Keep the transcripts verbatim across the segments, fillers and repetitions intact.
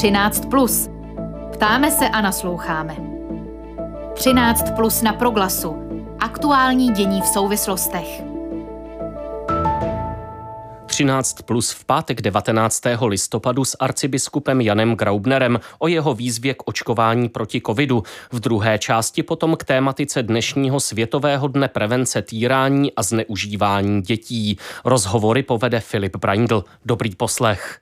třináct plus. Ptáme se a nasloucháme. třináct plus na Proglasu. Aktuální dění v souvislostech. třináct plus v pátek devatenáctého listopadu s arcibiskupem Janem Graubnerem o jeho výzvě k očkování proti covidu. V druhé části potom k tématice dnešního Světového dne prevence týrání a zneužívání dětí. Rozhovory povede Filip Braindl. Dobrý poslech.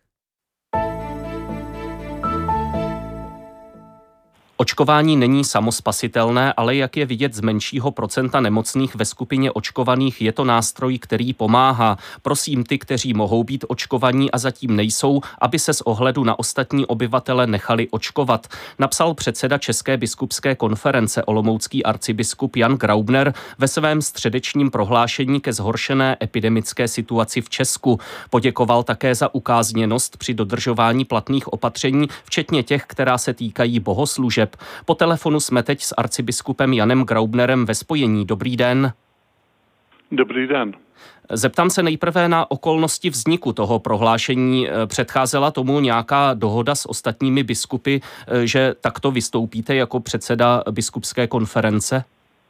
Očkování není samospasitelné, ale jak je vidět z menšího procenta nemocných ve skupině očkovaných, je to nástroj, který pomáhá. Prosím ty, kteří mohou být očkovaní a zatím nejsou, aby se z ohledu na ostatní obyvatele nechali očkovat, napsal předseda České biskupské konference olomoucký arcibiskup Jan Graubner ve svém středečním prohlášení ke zhoršené epidemické situaci v Česku. Poděkoval také za ukázněnost při dodržování platných opatření, včetně těch, která se týkají bohoslužeb. Po telefonu jsme teď s arcibiskupem Janem Graubnerem ve spojení. Dobrý den. Dobrý den. Zeptám se nejprve na okolnosti vzniku toho prohlášení. Předcházela tomu nějaká dohoda s ostatními biskupy, že takto vystoupíte jako předseda biskupské konference?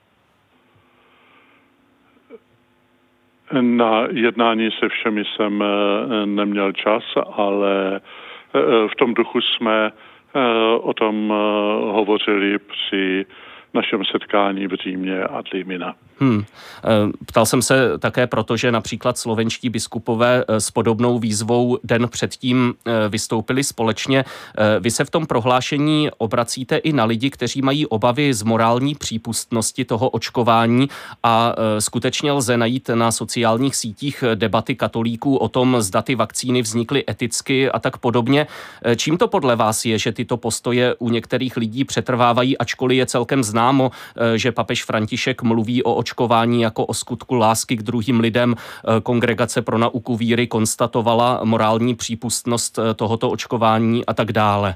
Na jednání se všemi jsem neměl čas, ale v tom duchu jsme o tom hovořili při našem setkání v Římě a Dlimina. Hmm. Ptal jsem se také proto, že například slovenští biskupové s podobnou výzvou den předtím vystoupili společně. Vy se v tom prohlášení obracíte i na lidi, kteří mají obavy z morální přípustnosti toho očkování a skutečně lze najít na sociálních sítích debaty katolíků o tom, zda ty vakcíny vznikly eticky a tak podobně. Čím to podle vás je, že tyto postoje u některých lidí přetrvávají, ačkoliv je celkem známo, že papež František mluví o očkování jako o skutku lásky k druhým lidem. Kongregace pro nauku víry konstatovala morální přípustnost tohoto očkování a tak dále.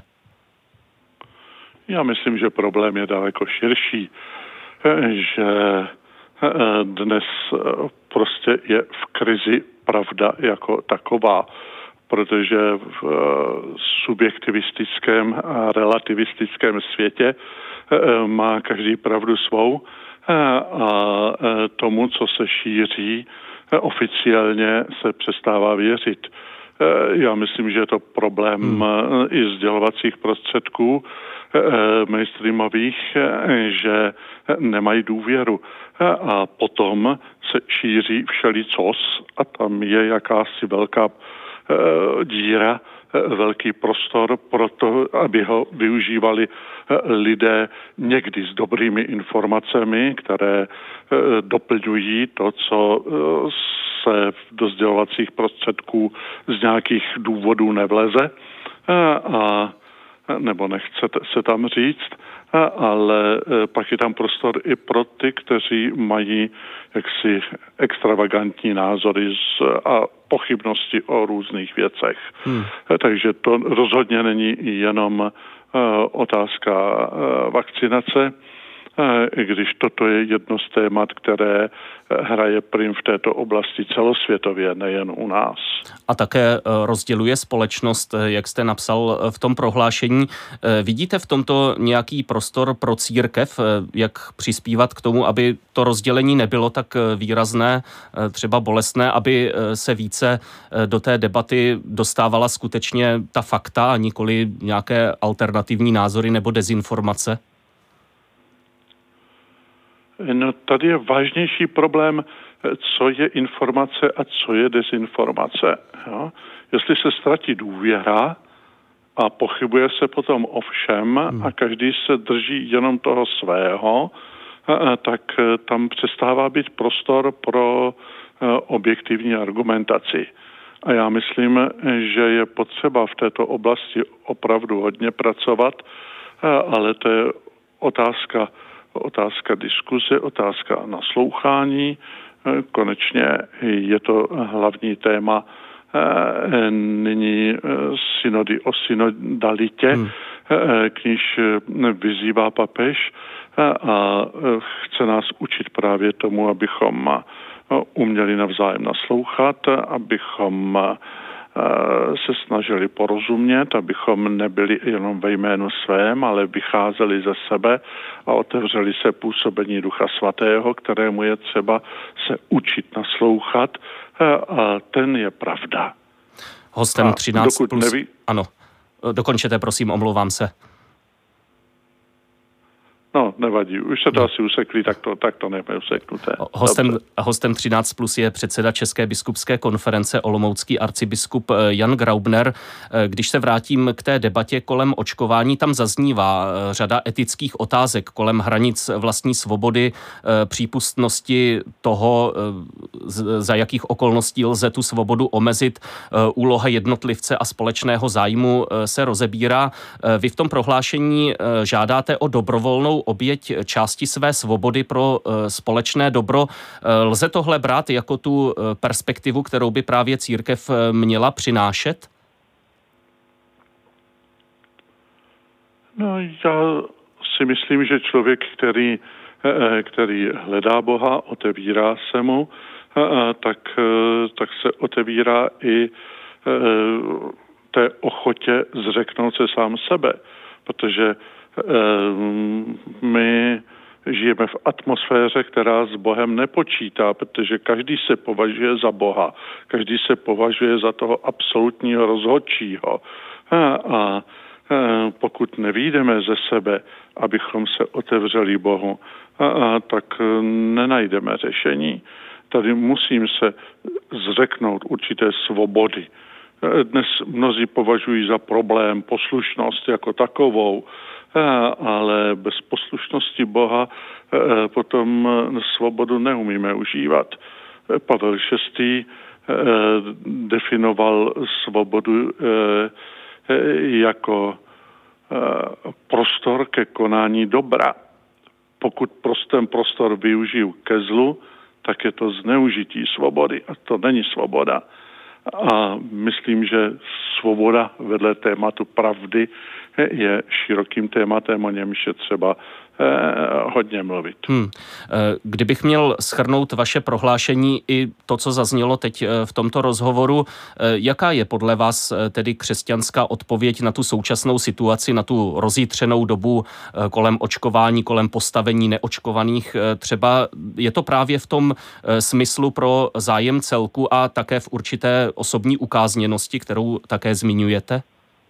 Já myslím, že problém je daleko širší, že dnes prostě je v krizi pravda jako taková, protože v subjektivistickém a relativistickém světě má každý pravdu svou a tomu, co se šíří, oficiálně se přestává věřit. Já myslím, že je to problém hmm. i sdělovacích prostředků mainstreamových, že nemají důvěru. A potom se šíří všelicos a tam je jakási velká díra, velký prostor pro to, aby ho využívali lidé někdy s dobrými informacemi, které doplňují to, co se do sdělovacích prostředků z nějakých důvodů nevleze a nebo nechce se tam říct, ale pak je tam prostor i pro ty, kteří mají jaksi extravagantní názory a pochybnosti o různých věcech. Hmm. Takže to rozhodně není jenom otázka vakcinace, i když toto je jedno z témat, které hraje prim v této oblasti celosvětově, nejen u nás. A také rozděluje společnost, jak jste napsal v tom prohlášení. Vidíte v tomto nějaký prostor pro církev, jak přispívat k tomu, aby to rozdělení nebylo tak výrazné, třeba bolestné, aby se více do té debaty dostávala skutečně ta fakta a nikoli nějaké alternativní názory nebo dezinformace? No, tady je vážnější problém, co je informace a co je dezinformace. Jo? Jestli se ztratí důvěra a pochybuje se potom o všem hmm. a každý se drží jenom toho svého, tak tam přestává být prostor pro objektivní argumentaci. A já myslím, že je potřeba v této oblasti opravdu hodně pracovat, ale to je otázka Otázka diskuze, otázka naslouchání. Konečně je to hlavní téma nyní synody o synodalitě, hmm. k níž vyzývá papež a chce nás učit právě tomu, abychom uměli navzájem naslouchat, abychom se snažili porozumět, abychom nebyli jenom ve jménu svém, ale vycházeli ze sebe a otevřeli se působení Ducha Svatého, kterému je třeba se učit naslouchat, a ten je pravda. Hostem třináct plus... Neví... Ano, dokončete, prosím, omlouvám se. No, nevadí. Už se to no. asi usekli, tak to, tak to nebude useknuté. Hostem, hostem třináct plus je předseda České biskupské konference olomoucký arcibiskup Jan Graubner. Když se vrátím k té debatě kolem očkování, tam zaznívá řada etických otázek kolem hranic vlastní svobody, přípustnosti toho, za jakých okolností lze tu svobodu omezit, úloha jednotlivce a společného zájmu se rozebírá. Vy v tom prohlášení žádáte o dobrovolnou oběť části své svobody pro společné dobro. Lze tohle brát jako tu perspektivu, kterou by právě církev měla přinášet? No, já si myslím, že člověk, který, který hledá Boha, otevírá se mu, tak, tak se otevírá i té ochotě zřeknout se sám sebe, protože my žijeme v atmosféře, která s Bohem nepočítá, protože každý se považuje za Boha, každý se považuje za toho absolutního rozhodčího. A, a pokud nevyjdeme ze sebe, abychom se otevřeli Bohu, a, a, tak nenajdeme řešení. Tady musím se zřeknout určité svobody. Dnes mnozí považují za problém poslušnost jako takovou, ale bez poslušnosti Boha potom svobodu neumíme užívat. Pavel šestý definoval svobodu jako prostor ke konání dobra. Pokud ten prostor využiju ke zlu, tak je to zneužití svobody a to není svoboda. A myslím, že svoboda vedle tématu pravdy je širokým tématem, o němž je třeba eh, hodně mluvit. Hmm. Kdybych měl shrnout vaše prohlášení i to, co zaznělo teď v tomto rozhovoru, jaká je podle vás tedy křesťanská odpověď na tu současnou situaci, na tu rozjitřenou dobu kolem očkování, kolem postavení neočkovaných? Třeba je to právě v tom smyslu pro zájem celku a také v určité osobní ukázněnosti, kterou také zmiňujete?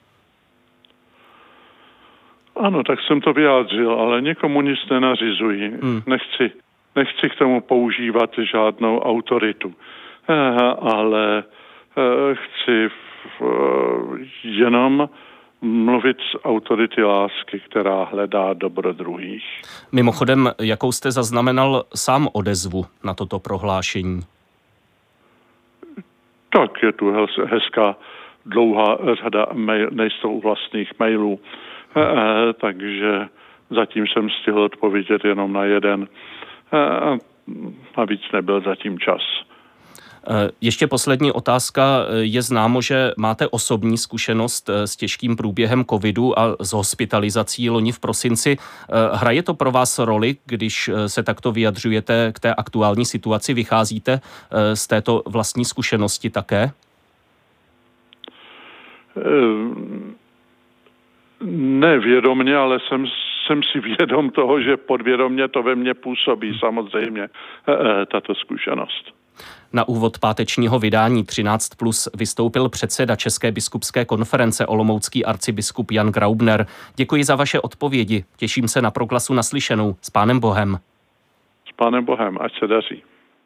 Ano, tak jsem to vyjádřil, ale někomu nic nenařizuji. Hmm. Nechci, nechci k tomu používat žádnou autoritu, ale chci jenom mluvit z autority lásky, která hledá dobro druhých. Mimochodem, jakou jste zaznamenal sám odezvu na toto prohlášení? Tak je tu hezká dlouhá řada mail, nejsou vlastních mailů, e, takže zatím jsem stihl odpovědět jenom na jeden e, a víc nebyl zatím čas. Ještě poslední otázka. Je známo, že máte osobní zkušenost s těžkým průběhem covidu a s hospitalizací loni v prosinci. Hraje to pro vás roli, když se takto vyjadřujete k té aktuální situaci? Vycházíte z této vlastní zkušenosti také? Ne vědomně, ale jsem, jsem si vědom toho, že podvědomě to ve mně působí samozřejmě tato zkušenost. Na úvod pátečního vydání třináct plus vystoupil předseda České biskupské konference olomoucký arcibiskup Jan Graubner. Děkuji za vaše odpovědi. Těším se na Proglasu naslyšenou. S Pánem Bohem. S Pánem Bohem, ať se daří.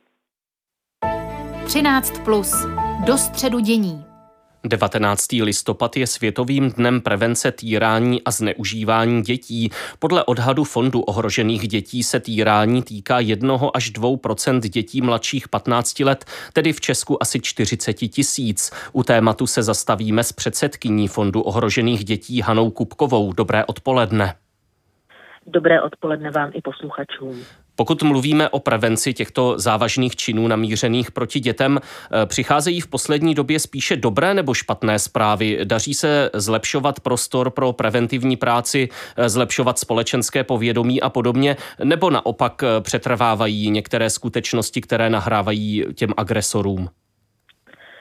třináct plus. Do středu dění. devatenáctého listopad je Světovým dnem prevence týrání a zneužívání dětí. Podle odhadu Fondu ohrožených dětí se týrání týká jednoho až dvou procent dětí mladších patnácti let, tedy v Česku asi čtyřicet tisíc. U tématu se zastavíme s předsedkyní Fondu ohrožených dětí Hanou Kupkovou. Dobré odpoledne. Dobré odpoledne vám i posluchačům. Pokud mluvíme o prevenci těchto závažných činů namířených proti dětem, přicházejí v poslední době spíše dobré nebo špatné zprávy? Daří se zlepšovat prostor pro preventivní práci, zlepšovat společenské povědomí a podobně, nebo naopak přetrvávají některé skutečnosti, které nahrávají těm agresorům?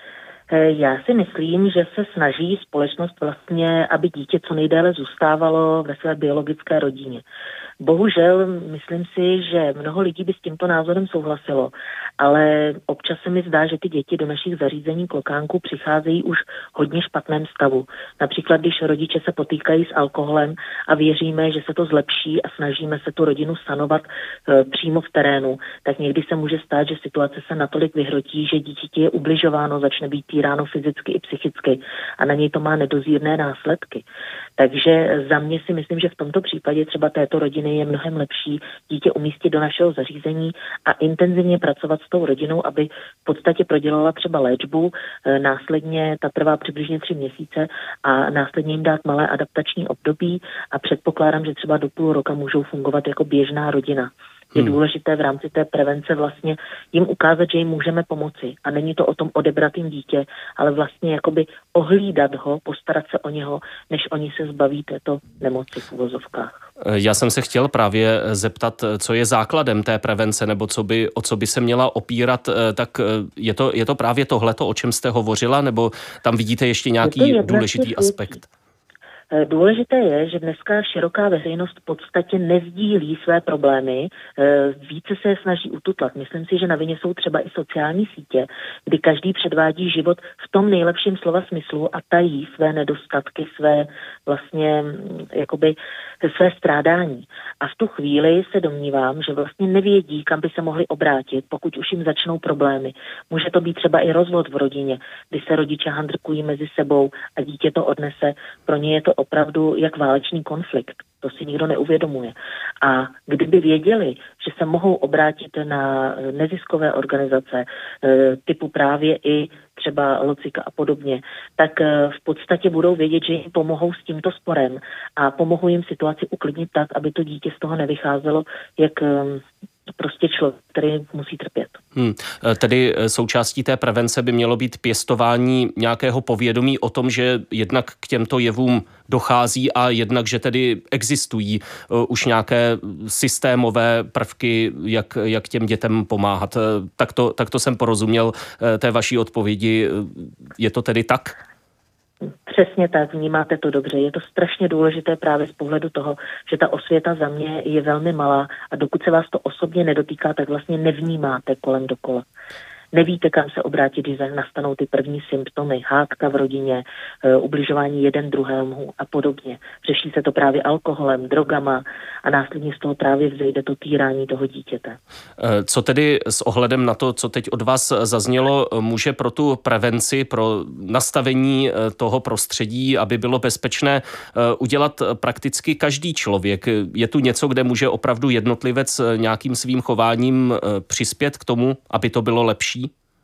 Já si myslím, že se snaží společnost vlastně, aby dítě co nejdéle zůstávalo ve své biologické rodině. Bohužel, myslím si, že mnoho lidí by s tímto názorem souhlasilo, ale občas se mi zdá, že ty děti do našich zařízení klokánků přicházejí už hodně špatném stavu. Například, když rodiče se potýkají s alkoholem a věříme, že se to zlepší a snažíme se tu rodinu sanovat e, přímo v terénu, tak někdy se může stát, že situace se natolik vyhrotí, že dítěti je ubližováno, začne být týráno fyzicky i psychicky a na něj to má nedozírné následky. Takže za mě si myslím, že v tomto případě třeba této rodiny je mnohem lepší dítě umístit do našeho zařízení a intenzivně pracovat s tou rodinou, aby v podstatě prodělala třeba léčbu, následně ta trvá přibližně tři měsíce a následně jim dát malé adaptační období a předpokládám, že třeba do půl roka můžou fungovat jako běžná rodina. Je hmm. důležité v rámci té prevence vlastně jim ukázat, že jim můžeme pomoci. A není to o tom odebrat jim dítě, ale vlastně jakoby ohlídat ho, postarat se o něho, než oni se zbaví této nemoci v uvozovkách. Já jsem se chtěl právě zeptat, co je základem té prevence, nebo co by, o co by se měla opírat, tak je to, je to právě tohleto, o čem jste hovořila, nebo tam vidíte ještě nějaký důležitý aspekt? Důležité je, že dneska široká veřejnost v podstatě nezdílí své problémy, více se je snaží ututlat. Myslím si, že na vině jsou třeba i sociální sítě, kdy každý předvádí život v tom nejlepším slova smyslu a tají své nedostatky, své vlastně jakoby své strádání. A v tu chvíli se domnívám, že vlastně nevědí, kam by se mohli obrátit, pokud už jim začnou problémy. Může to být třeba i rozvod v rodině, kdy se rodiče handrkují mezi sebou a dítě to odnese. Pro ně je to opravdu jak válečný konflikt. To si nikdo neuvědomuje. A kdyby věděli, že se mohou obrátit na neziskové organizace typu právě i třeba Locika a podobně, tak v podstatě budou vědět, že jim pomohou s tímto sporem a pomohou jim situaci uklidnit tak, aby to dítě z toho nevycházelo jak prostě člověk, který musí trpět. Hmm. Tedy součástí té prevence by mělo být pěstování nějakého povědomí o tom, že jednak k těmto jevům dochází a jednak, že tedy existují uh, už nějaké systémové prvky, jak, jak těm dětem pomáhat. Tak to, tak to jsem porozuměl uh, té vaší odpovědi. Je to tedy tak? Přesně tak, vnímáte to dobře. Je to strašně důležité právě z pohledu toho, že ta osvěta za mě je velmi malá a dokud se vás to osobně nedotýká, tak vlastně nevnímáte kolem dokola. Nevíte, kam se obrátit, když nastanou ty první symptomy, hádka v rodině, e, ubližování jeden druhému a podobně. Řeší se to právě alkoholem, drogama a následně z toho právě vzejde to týrání toho dítěte. Co tedy s ohledem na to, co teď od vás zaznělo, může pro tu prevenci, pro nastavení toho prostředí, aby bylo bezpečné, udělat prakticky každý člověk? Je tu něco, kde může opravdu jednotlivec nějakým svým chováním přispět k tomu, aby to bylo lepší?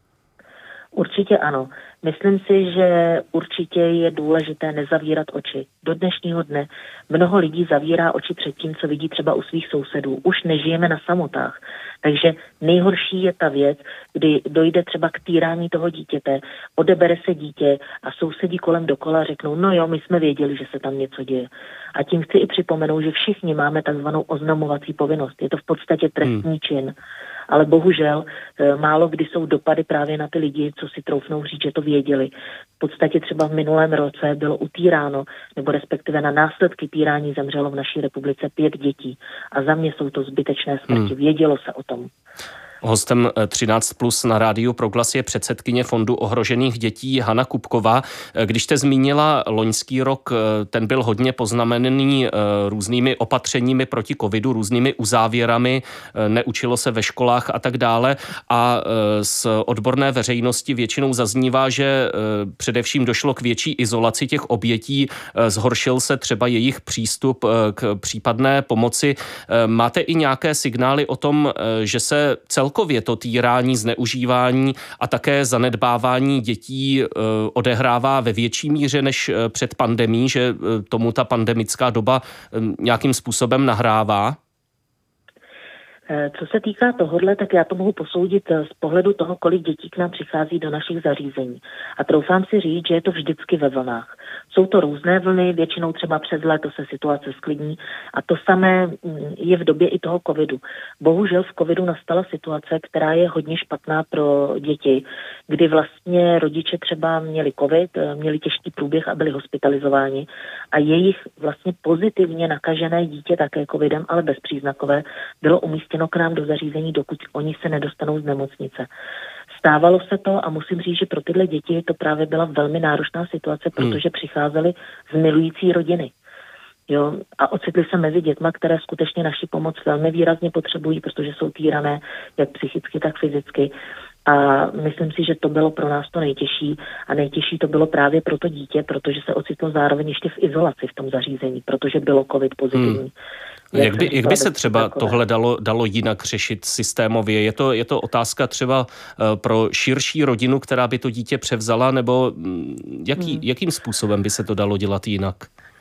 Určitě ano. Myslím si, že určitě je důležité nezavírat oči. Do dnešního dne mnoho lidí zavírá oči před tím, co vidí třeba u svých sousedů. Už nežijeme na samotách. Takže nejhorší je ta věc, kdy dojde třeba k týrání toho dítěte, odebere se dítě a sousedí kolem dokola řeknou, no jo, my jsme věděli, že se tam něco děje. A tím chci i připomenout, že všichni máme takzvanou oznamovací povinnost. Je to v podstatě trestní hmm. čin. Ale bohužel málo kdy jsou dopady právě na ty lidi, co si troufnou říct, že to věděli. V podstatě třeba v minulém roce bylo utýráno, nebo respektive na následky týrání zemřelo v naší republice pět dětí. A za mě jsou to zbytečné smrti. Hmm. Vědělo se o tom. Hostem třináct plus na rádiu Proglas je předsedkyně Fondu ohrožených dětí Hana Kupková. Když jste zmínila loňský rok, ten byl hodně poznamenaný různými opatřeními proti covidu, různými uzávěrami, neučilo se ve školách a tak dále. A z odborné veřejnosti většinou zaznívá, že především došlo k větší izolaci těch obětí, zhoršil se třeba jejich přístup k případné pomoci. Máte i nějaké signály o tom, že se celkově to týrání, zneužívání a také zanedbávání dětí odehrává ve větší míře než před pandemií, že tomu ta pandemická doba nějakým způsobem nahrává? Co se týká tohodle, tak já to mohu posoudit z pohledu toho, kolik dětí k nám přichází do našich zařízení. A troufám si říct, že je to vždycky ve vlnách. Jsou to různé vlny, většinou třeba přes léto se situace sklidní a to samé je v době i toho covidu. Bohužel v covidu nastala situace, která je hodně špatná pro děti, kdy vlastně rodiče třeba měli covid, měli těžký průběh a byli hospitalizováni a jejich vlastně pozitivně nakažené dítě také covidem, ale bezpříznakové, bylo umístěno k nám do zařízení, dokud oni se nedostanou z nemocnice. Stávalo se to a musím říct, že pro tyhle děti to právě byla velmi náročná situace, protože přicházely z milující rodiny. Jo, a ocitli se mezi dětma, které skutečně naši pomoc velmi výrazně potřebují, protože jsou týrané jak psychicky, tak fyzicky. A myslím si, že to bylo pro nás to nejtěžší a nejtěžší to bylo právě pro to dítě, protože se ocitlo zároveň ještě v izolaci v tom zařízení, protože bylo covid pozitivní. Hmm. Jak, jak, by, jak by se třeba tohle dalo, dalo jinak řešit systémově? Je to, je to otázka třeba pro širší rodinu, která by to dítě převzala, nebo jaký, hmm. jakým způsobem by se to dalo dělat jinak?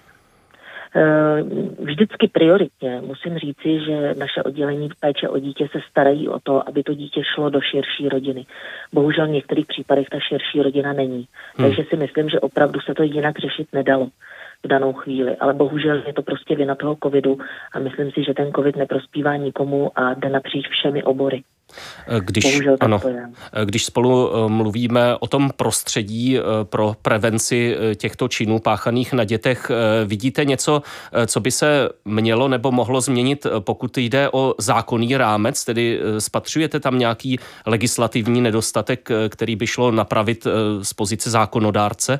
Vždycky prioritně musím říci, že naše oddělení péče o dítě se starají o to, aby to dítě šlo do širší rodiny. Bohužel v některých případech ta širší rodina není. Hmm. Takže si myslím, že opravdu se to jinak řešit nedalo v danou chvíli. Ale bohužel je to prostě vina toho covidu a myslím si, že ten covid neprospívá nikomu a jde napříč všemi obory. Když, ano, když spolu mluvíme o tom prostředí pro prevenci těchto činů páchaných na dětech, vidíte něco, co by se mělo nebo mohlo změnit, pokud jde o zákonný rámec, tedy spatřujete tam nějaký legislativní nedostatek, který by šlo napravit z pozice zákonodárce?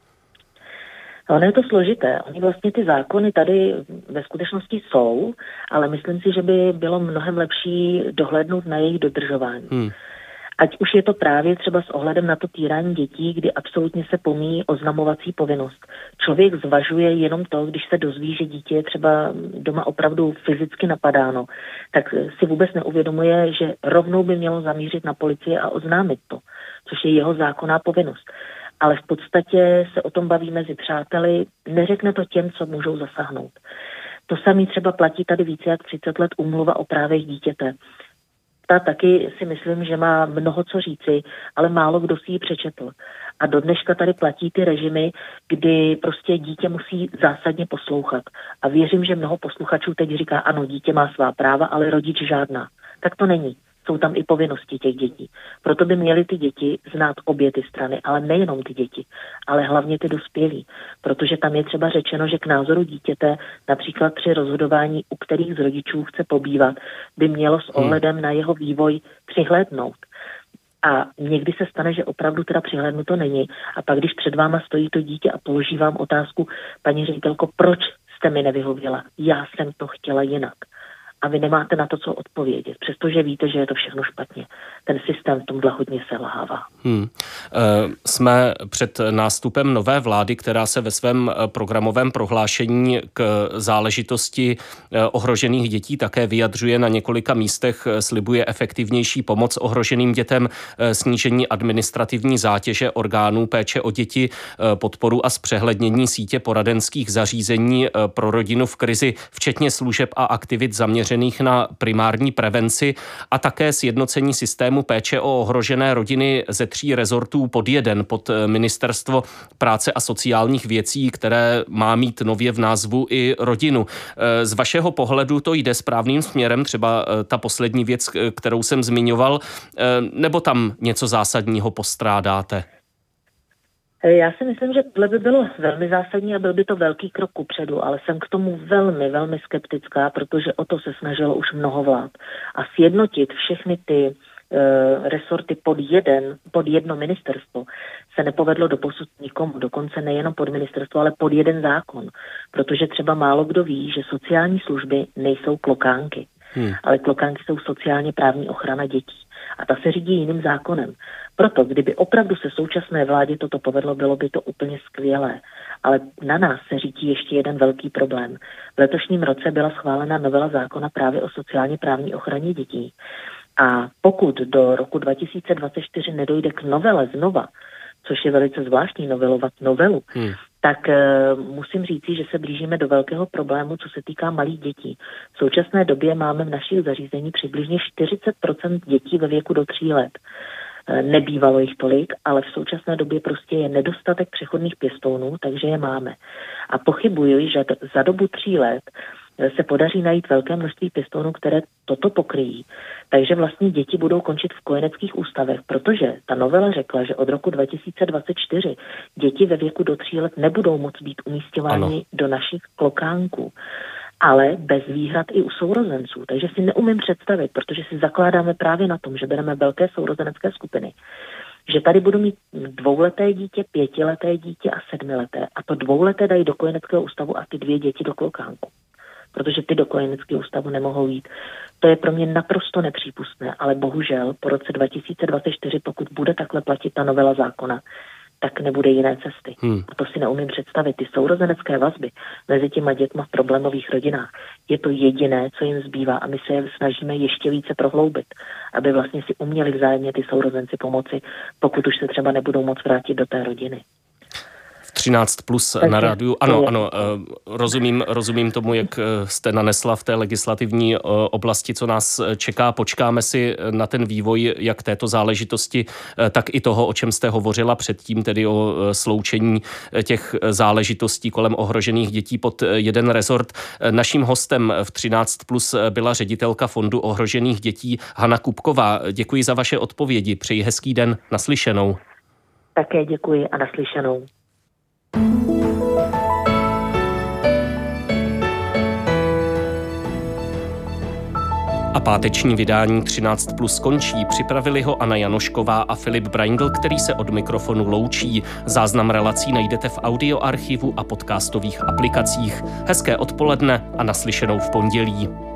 Ono je to složité. Oni vlastně ty zákony tady ve skutečnosti jsou, ale myslím si, že by bylo mnohem lepší dohlédnout na jejich dodržování. Hmm. Ať už je to právě třeba s ohledem na to týrání dětí, kdy absolutně se pomíjí oznamovací povinnost. Člověk zvažuje jenom to, když se dozví, že dítě je třeba doma opravdu fyzicky napadáno, tak si vůbec neuvědomuje, že rovnou by mělo zamířit na policii a oznámit to, což je jeho zákonná povinnost. Ale v podstatě se o tom baví mezi přáteli, neřekne to těm, co můžou zasáhnout. To samé třeba platí tady více jak třicet let úmluva o právech dítěte. Ta taky si myslím, že má mnoho co říci, ale málo kdo si ji přečetl. A do dneška tady platí ty režimy, kdy prostě dítě musí zásadně poslouchat. A věřím, že mnoho posluchačů teď říká, ano, dítě má svá práva, ale rodič žádná. Tak to není. Jsou tam i povinnosti těch dětí. Proto by měly ty děti znát obě ty strany, ale nejenom ty děti, ale hlavně ty dospělí. Protože tam je třeba řečeno, že k názoru dítěte, například při rozhodování, u kterých z rodičů chce pobývat, by mělo s ohledem na jeho vývoj přihlédnout. A někdy se stane, že opravdu teda přihlédnuto není. A pak, když před váma stojí to dítě a položí vám otázku, paní ředitelko, proč jste mi nevyhověla? Já jsem to chtěla jinak. A vy nemáte na to, co odpovědět, přestože víte, že je to všechno špatně. Ten systém v tomhle hodně selhává. Hmm. Jsme před nástupem nové vlády, která se ve svém programovém prohlášení k záležitosti ohrožených dětí také vyjadřuje na několika místech, slibuje efektivnější pomoc ohroženým dětem, snížení administrativní zátěže orgánů péče o děti, podporu a zpřehlednění sítě poradenských zařízení pro rodinu v krizi, včetně služeb a aktivit zaměřených na primární prevenci a také sjednocení systému péče o ohrožené rodiny ze tří rezortů pod jeden, pod Ministerstvo práce a sociálních věcí, které má mít nově v názvu i rodinu. Z vašeho pohledu to jde správným směrem, třeba ta poslední věc, kterou jsem zmiňoval, nebo tam něco zásadního postrádáte? Já si myslím, že tohle by bylo velmi zásadní a byl by to velký krok kupředu, ale jsem k tomu velmi, velmi skeptická, protože o to se snažilo už mnoho vlád. A sjednotit všechny ty uh, resorty pod jeden, pod jedno ministerstvo se nepovedlo doposud nikomu, dokonce nejenom pod ministerstvo, ale pod jeden zákon. Protože třeba málo kdo ví, že sociální služby nejsou klokánky, hmm. ale klokánky jsou sociálně právní ochrana dětí. A ta se řídí jiným zákonem. Proto, kdyby opravdu se současné vládě toto povedlo, bylo by to úplně skvělé. Ale na nás se řídí ještě jeden velký problém. V letošním roce byla schválena novela zákona právě o sociálně právní ochraně dětí. A pokud do roku dva tisíce dvacet čtyři nedojde k novele znova, což je velice zvláštní novelovat novelu, hmm. tak uh, musím říci, že se blížíme do velkého problému, co se týká malých dětí. V současné době máme v našich zařízení přibližně čtyřicet procent dětí ve věku do tří let. Nebývalo jich tolik, ale v současné době prostě je nedostatek přechodných pěstounů, takže je máme. A pochybuji, že za dobu tří let se podaří najít velké množství pěstounů, které toto pokryjí. Takže vlastně děti budou končit v kojeneckých ústavech, protože ta novela řekla, že od roku dva tisíce dvacet čtyři děti ve věku do tří let nebudou moct být umísťovány do našich klokánků, ale bez výhrad i u sourozenců. Takže si neumím představit, protože si zakládáme právě na tom, že bereme velké sourozenecké skupiny, že tady budu mít dvouleté dítě, pětileté dítě a sedmileté. A to dvouleté dají do kojeneckého ústavu a ty dvě děti do klokánku. Protože ty do kojeneckého ústavu nemohou jít. To je pro mě naprosto nepřípustné, ale bohužel po roce dva tisíce dvacet čtyři, pokud bude takhle platit ta novela zákona, tak nebude jiné cesty. Hmm. A to si neumím představit. Ty sourozenecké vazby mezi těma dětma v problémových rodinách je to jediné, co jim zbývá a my se je snažíme ještě více prohloubit, aby vlastně si uměli vzájemně ty sourozenci pomoci, pokud už se třeba nebudou moc vrátit do té rodiny. třináct plus Takže na rádiu. Ano, ano, rozumím, rozumím tomu, jak jste nanesla v té legislativní oblasti, co nás čeká. Počkáme si na ten vývoj jak této záležitosti, tak i toho, o čem jste hovořila předtím, tedy o sloučení těch záležitostí kolem ohrožených dětí pod jeden rezort. Naším hostem v třináct plus byla ředitelka Fondu ohrožených dětí Hana Kupková. Děkuji za vaše odpovědi. Přeji hezký den, naslyšenou. Také děkuji a naslyšenou. A páteční vydání třináct plus končí. Připravili ho Anna Janošková a Filip Braindl, který se od mikrofonu loučí. Záznam relací najdete v audioarchivu a podcastových aplikacích. Hezké odpoledne a naslyšenou v pondělí.